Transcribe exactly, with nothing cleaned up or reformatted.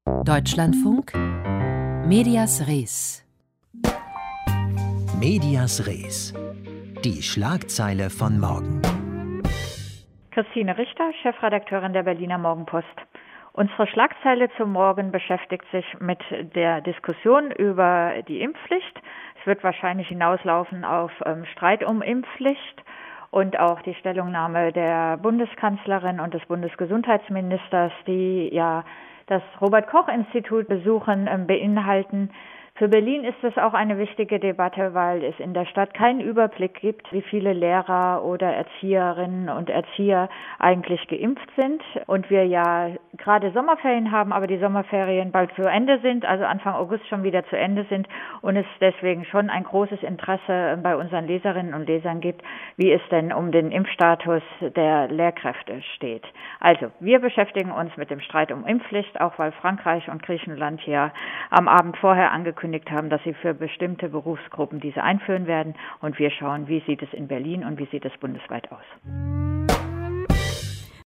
Deutschlandfunk Medias Res. Medias Res. Die Schlagzeile von morgen. Christine Richter, Chefredakteurin der Berliner Morgenpost. Unsere Schlagzeile zum Morgen beschäftigt sich mit der Diskussion über die Impfpflicht. Es wird wahrscheinlich hinauslaufen auf ähm, Streit um Impfpflicht und auch die Stellungnahme der Bundeskanzlerin und des Bundesgesundheitsministers, die ja das Robert-Koch-Institut besuchen, ähm, beinhalten. Für Berlin ist es auch eine wichtige Debatte, weil es in der Stadt keinen Überblick gibt, wie viele Lehrer oder Erzieherinnen und Erzieher eigentlich geimpft sind. Und wir ja gerade Sommerferien haben, aber die Sommerferien bald zu Ende sind, also Anfang August schon wieder zu Ende sind. Und es deswegen schon ein großes Interesse bei unseren Leserinnen und Lesern gibt, wie es denn um den Impfstatus der Lehrkräfte steht. Also, wir beschäftigen uns mit dem Streit um Impfpflicht, auch weil Frankreich und Griechenland ja am Abend vorher angekündigt haben, dass sie für bestimmte Berufsgruppen diese einführen werden. Und wir schauen, wie sieht es in Berlin und wie sieht es bundesweit aus.